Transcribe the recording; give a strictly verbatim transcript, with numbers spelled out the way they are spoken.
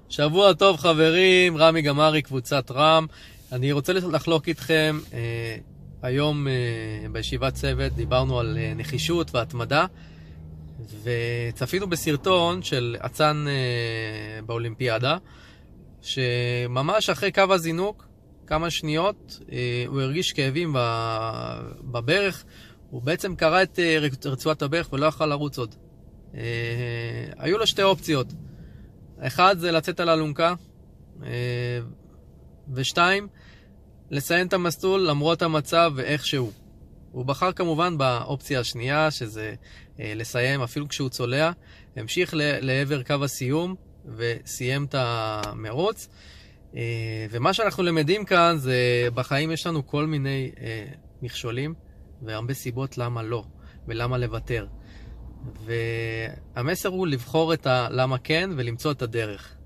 שבוע טוב חברים, רמי גמרי, קבוצת רם. אני רוצה לחלוק איתכם, אה, היום אה, בישיבת צוות דיברנו על אה, נחישות והתמדה, וצפינו בסרטון של אצן אה, באולימפיאדה, שממש אחרי קו הזינוק, כמה שניות, אה, הוא הרגיש כאבים בברך, הוא בעצם קרא את אה, רצועת הברך ולא יכל לרוץ עוד. אה, היו לו שתי אופציות. אחד זה לצאת על אלונקה, ושתיים, לסיים את המסלול למרות המצב ואיכשהו. הוא בחר כמובן באופציה השנייה, שזה לסיים אפילו כשהוא צולע, המשיך לעבר קו הסיום וסיים את המרוץ. ומה שאנחנו למדים כאן זה, בחיים יש לנו כל מיני מכשולים והרבה סיבות למה לא ולמה לוותר. והמסר הוא לבחור את הלמה כן ולמצוא את הדרך.